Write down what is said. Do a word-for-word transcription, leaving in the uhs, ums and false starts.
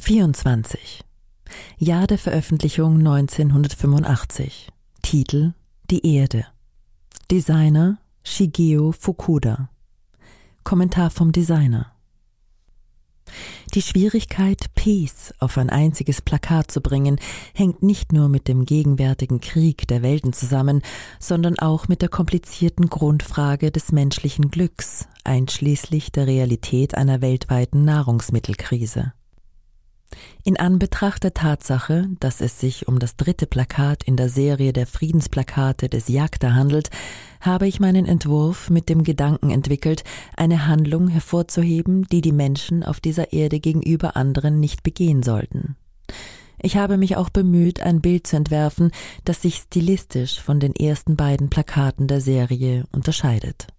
vierundzwanzig. Jahr der Veröffentlichung neunzehnhundertfünfundachtzig. Titel: Die Erde. Designer: Shigeo Fukuda. Kommentar vom Designer. Die Schwierigkeit, Peace auf ein einziges Plakat zu bringen, hängt nicht nur mit dem gegenwärtigen Krieg der Welten zusammen, sondern auch mit der komplizierten Grundfrage des menschlichen Glücks, einschließlich der Realität einer weltweiten Nahrungsmittelkrise. In Anbetracht der Tatsache, dass es sich um das dritte Plakat in der Serie der Friedensplakate des Jagda handelt, habe ich meinen Entwurf mit dem Gedanken entwickelt, eine Handlung hervorzuheben, die die Menschen auf dieser Erde gegenüber anderen nicht begehen sollten. Ich habe mich auch bemüht, ein Bild zu entwerfen, das sich stilistisch von den ersten beiden Plakaten der Serie unterscheidet.